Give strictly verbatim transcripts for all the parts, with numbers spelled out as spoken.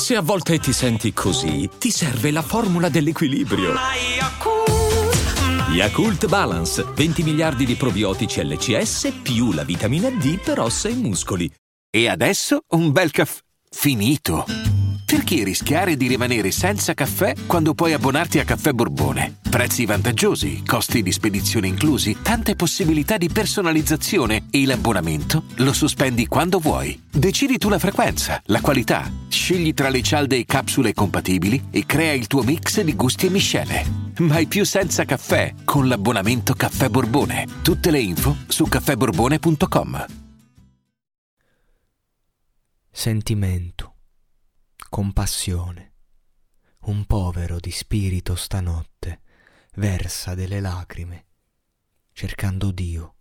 Se a volte ti senti così, ti serve la formula dell'equilibrio. Yakult Balance, venti miliardi di probiotici L C S più la vitamina D per ossa e muscoli. E adesso un bel caffè finito. Perché rischiare di rimanere senza caffè quando puoi abbonarti a Caffè Borbone? Prezzi vantaggiosi, costi di spedizione inclusi, tante possibilità di personalizzazione e l'abbonamento lo sospendi quando vuoi. Decidi tu la frequenza, la qualità, scegli tra le cialde e capsule compatibili e crea il tuo mix di gusti e miscele. Mai più senza caffè con l'abbonamento Caffè Borbone. Tutte le info su caffè borbone punto com. Sentimento, compassione. Un povero di spirito stanotte versa delle lacrime cercando Dio.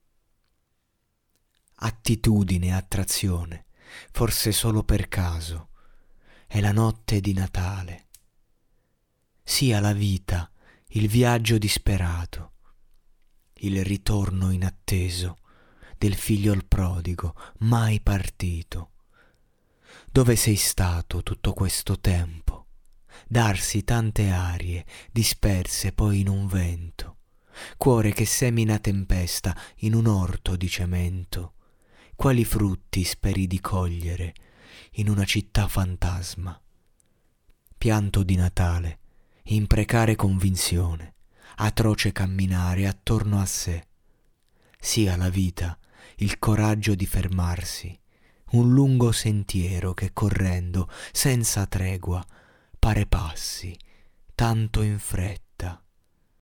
Attitudine, attrazione, forse solo per caso, è la notte di Natale. Sia la vita il viaggio disperato, il ritorno inatteso del figlio il prodigo mai partito. Dove sei stato tutto questo tempo? Darsi tante arie disperse poi in un vento, cuore che semina tempesta in un orto di cemento. Quali frutti speri di cogliere in una città fantasma? Pianto di Natale, imprecare convinzione, atroce camminare attorno a sé. Sia la vita il coraggio di fermarsi, un lungo sentiero che correndo senza tregua pare passi tanto in fretta.